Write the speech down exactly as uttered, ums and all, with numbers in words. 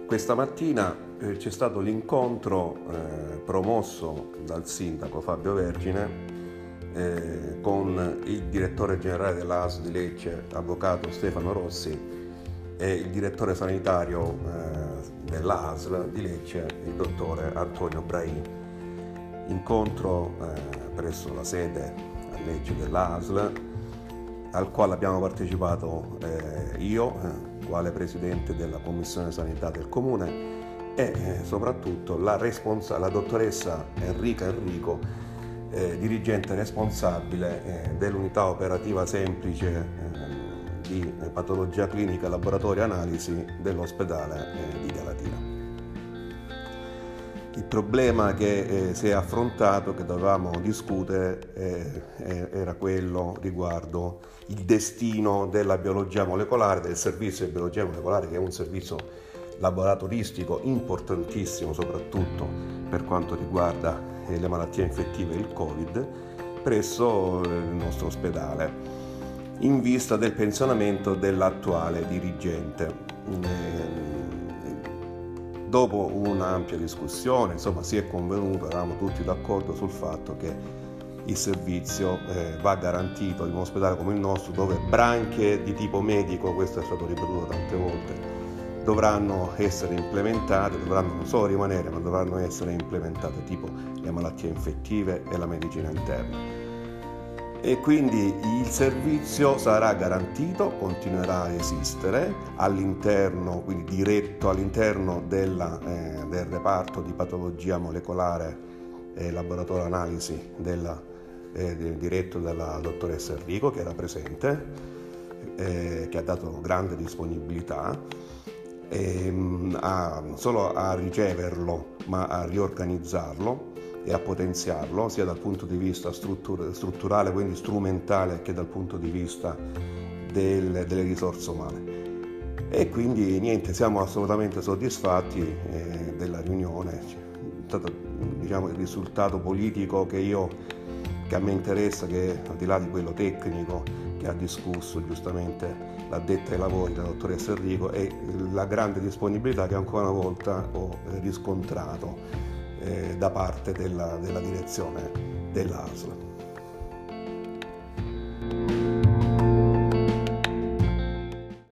Questa mattina eh, c'è stato l'incontro eh, promosso dal sindaco Fabio Vergine eh, con il direttore generale dell'A S L di Lecce, avvocato Stefano Rossi, e il direttore sanitario eh, dell'A S L di Lecce, il dottore Antonio Brain. Incontro eh, presso la sede a Lecce dell'A S L, al quale abbiamo partecipato eh, io, eh, quale presidente della Commissione Sanità del Comune, e eh, soprattutto la, responsa- la dottoressa Enrica Enrico, eh, dirigente responsabile eh, dell'unità operativa semplice eh, di patologia clinica, laboratorio e analisi dell'ospedale eh, di Galatina. Il problema che eh, si è affrontato, che dovevamo discutere, eh, era quello riguardo il destino della biologia molecolare, del servizio di biologia molecolare, che è un servizio laboratoristico importantissimo, soprattutto per quanto riguarda eh, le malattie infettive e il Covid, presso il nostro ospedale, in vista del pensionamento dell'attuale dirigente. Eh, Dopo un'ampia discussione, insomma, si è convenuto, eravamo tutti d'accordo sul fatto che il servizio eh, va garantito in un ospedale come il nostro, dove branche di tipo medico, questo è stato ripetuto tante volte, dovranno essere implementate, dovranno non solo rimanere, ma dovranno essere implementate, tipo le malattie infettive e la medicina interna. E quindi il servizio sarà garantito, continuerà a esistere all'interno, quindi diretto all'interno della, eh, del reparto di patologia molecolare e laboratorio analisi della, eh, diretto dalla dottoressa Enrico, che era presente, eh, che ha dato grande disponibilità eh, a, non solo a riceverlo, ma a riorganizzarlo e a potenziarlo sia dal punto di vista struttur- strutturale, quindi strumentale, che dal punto di vista del, delle risorse umane. E quindi niente, siamo assolutamente soddisfatti eh, della riunione. C'è stato, diciamo, il risultato politico che io che a me interessa, che al di là di quello tecnico che ha discusso giustamente l'addetta ai lavori, la dottoressa Enrico, e la grande disponibilità che ancora una volta ho riscontrato da parte della, della direzione dell'A S L.